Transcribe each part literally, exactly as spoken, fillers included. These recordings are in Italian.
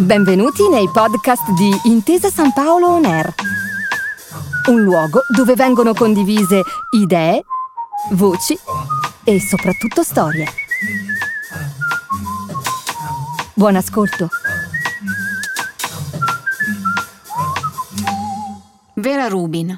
Benvenuti nei podcast di Intesa San Paolo On Air, un luogo dove vengono condivise idee, voci e soprattutto storie. Buon ascolto. Vera Rubin.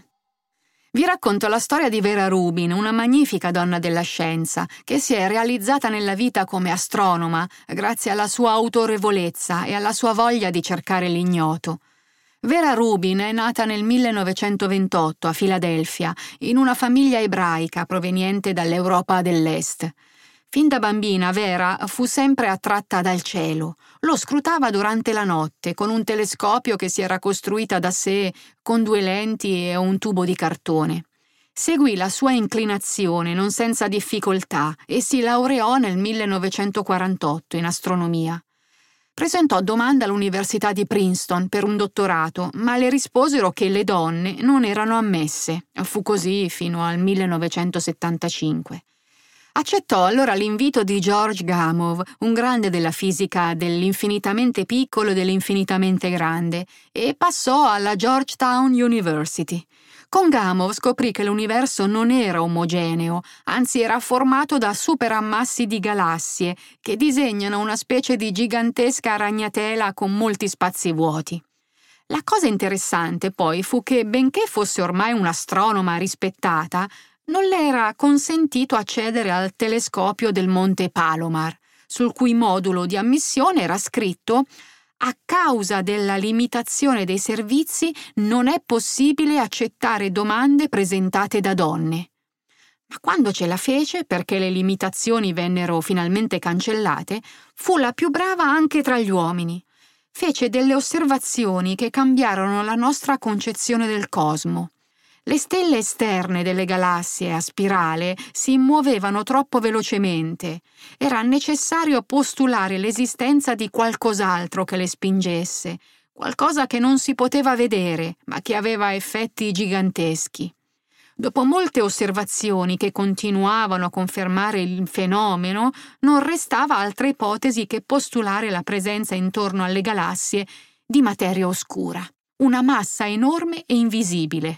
Vi racconto la storia di Vera Rubin, una magnifica donna della scienza che si è realizzata nella vita come astronoma grazie alla sua autorevolezza e alla sua voglia di cercare l'ignoto. Vera Rubin è nata nel millenovecentoventotto a Filadelfia in una famiglia ebraica proveniente dall'Europa dell'Est. Fin da bambina Vera fu sempre attratta dal cielo. Lo scrutava durante la notte con un telescopio che si era costruita da sé con due lenti e un tubo di cartone. Seguì la sua inclinazione non senza difficoltà e si laureò nel millenovecentoquarantotto in astronomia. Presentò domanda all'Università di Princeton per un dottorato, ma le risposero che le donne non erano ammesse. Fu così fino al millenovecentosettantacinque. Accettò allora l'invito di George Gamow, un grande della fisica dell'infinitamente piccolo e dell'infinitamente grande, e passò alla Georgetown University. Con Gamow scoprì che l'universo non era omogeneo, anzi era formato da superammassi di galassie che disegnano una specie di gigantesca ragnatela con molti spazi vuoti. La cosa interessante poi fu che, benché fosse ormai un'astronoma rispettata, non le era consentito accedere al telescopio del Monte Palomar, sul cui modulo di ammissione era scritto: a causa della limitazione dei servizi non è possibile accettare domande presentate da donne. Ma quando ce la fece, perché le limitazioni vennero finalmente cancellate, fu la più brava anche tra gli uomini. Fece delle osservazioni che cambiarono la nostra concezione del cosmo. Le stelle esterne delle galassie a spirale si muovevano troppo velocemente. Era necessario postulare l'esistenza di qualcos'altro che le spingesse, qualcosa che non si poteva vedere, ma che aveva effetti giganteschi. Dopo molte osservazioni che continuavano a confermare il fenomeno, non restava altra ipotesi che postulare la presenza intorno alle galassie di materia oscura, una massa enorme e invisibile.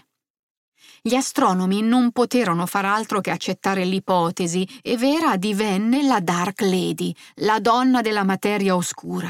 Gli astronomi non poterono far altro che accettare l'ipotesi e Vera divenne la Dark Lady, la donna della materia oscura.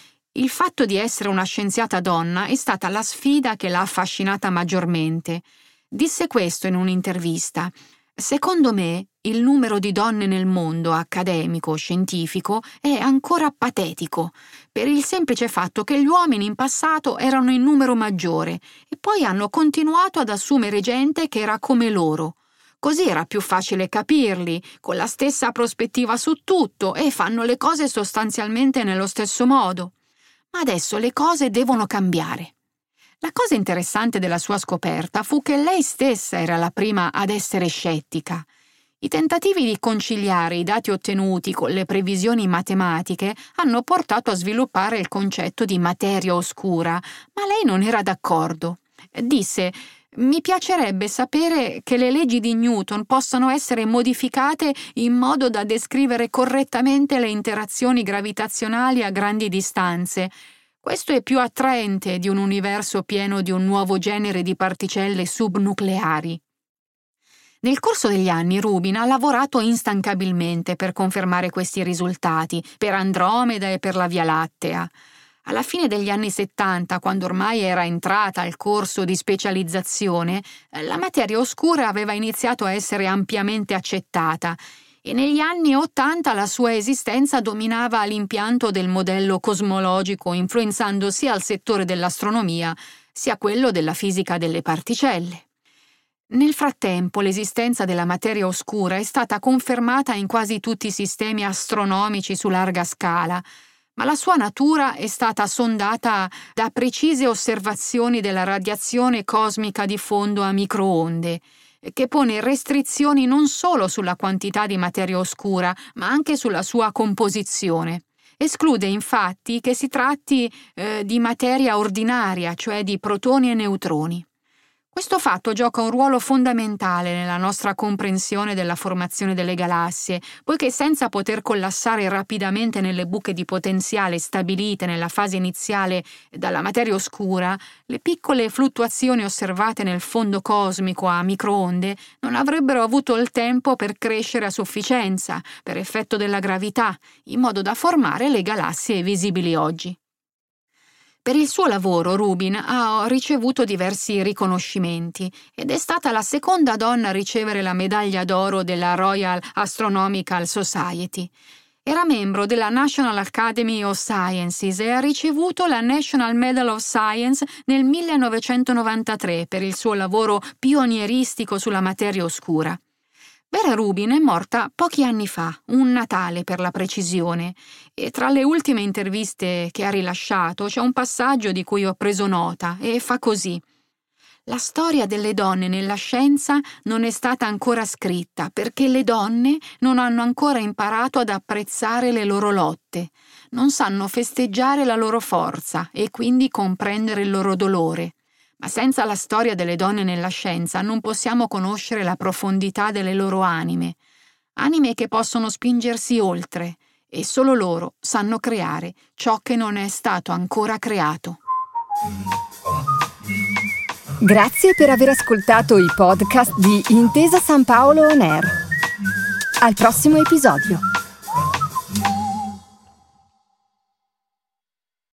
Il fatto di essere una scienziata donna è stata la sfida che l'ha affascinata maggiormente. Disse questo in un'intervista: «Secondo me, il numero di donne nel mondo accademico, scientifico, è ancora patetico, per il semplice fatto che gli uomini in passato erano in numero maggiore e poi hanno continuato ad assumere gente che era come loro. Così era più facile capirli, con la stessa prospettiva su tutto, e fanno le cose sostanzialmente nello stesso modo. Ma adesso le cose devono cambiare». La cosa interessante della sua scoperta fu che lei stessa era la prima ad essere scettica. I tentativi di conciliare i dati ottenuti con le previsioni matematiche hanno portato a sviluppare il concetto di materia oscura, ma lei non era d'accordo. Disse: «Mi piacerebbe sapere che le leggi di Newton possano essere modificate in modo da descrivere correttamente le interazioni gravitazionali a grandi distanze. Questo è più attraente di un universo pieno di un nuovo genere di particelle subnucleari». Nel corso degli anni Rubin ha lavorato instancabilmente per confermare questi risultati, per Andromeda e per la Via Lattea. Alla fine degli anni settanta, quando ormai era entrata al corso di specializzazione, la materia oscura aveva iniziato a essere ampiamente accettata e negli anni ottanta la sua esistenza dominava l'impianto del modello cosmologico, influenzando sia il settore dell'astronomia sia quello della fisica delle particelle. Nel frattempo l'esistenza della materia oscura è stata confermata in quasi tutti i sistemi astronomici su larga scala, ma la sua natura è stata sondata da precise osservazioni della radiazione cosmica di fondo a microonde, che pone restrizioni non solo sulla quantità di materia oscura, ma anche sulla sua composizione. Esclude infatti che si tratti eh, di materia ordinaria, cioè di protoni e neutroni. Questo fatto gioca un ruolo fondamentale nella nostra comprensione della formazione delle galassie, poiché senza poter collassare rapidamente nelle buche di potenziale stabilite nella fase iniziale dalla materia oscura, le piccole fluttuazioni osservate nel fondo cosmico a microonde non avrebbero avuto il tempo per crescere a sufficienza, per effetto della gravità, in modo da formare le galassie visibili oggi. Per il suo lavoro Rubin ha ricevuto diversi riconoscimenti ed è stata la seconda donna a ricevere la medaglia d'oro della Royal Astronomical Society. Era membro della National Academy of Sciences e ha ricevuto la National Medal of Science nel millenovecentonovantatré per il suo lavoro pionieristico sulla materia oscura. Vera Rubin è morta pochi anni fa, un Natale per la precisione, e tra le ultime interviste che ha rilasciato c'è un passaggio di cui ho preso nota e fa così. La storia delle donne nella scienza non è stata ancora scritta perché le donne non hanno ancora imparato ad apprezzare le loro lotte, non sanno festeggiare la loro forza e quindi comprendere il loro dolore. Ma senza la storia delle donne nella scienza non possiamo conoscere la profondità delle loro anime, anime che possono spingersi oltre, e solo loro sanno creare ciò che non è stato ancora creato. Grazie per aver ascoltato i podcast di Intesa San Paolo On Air. Al prossimo episodio.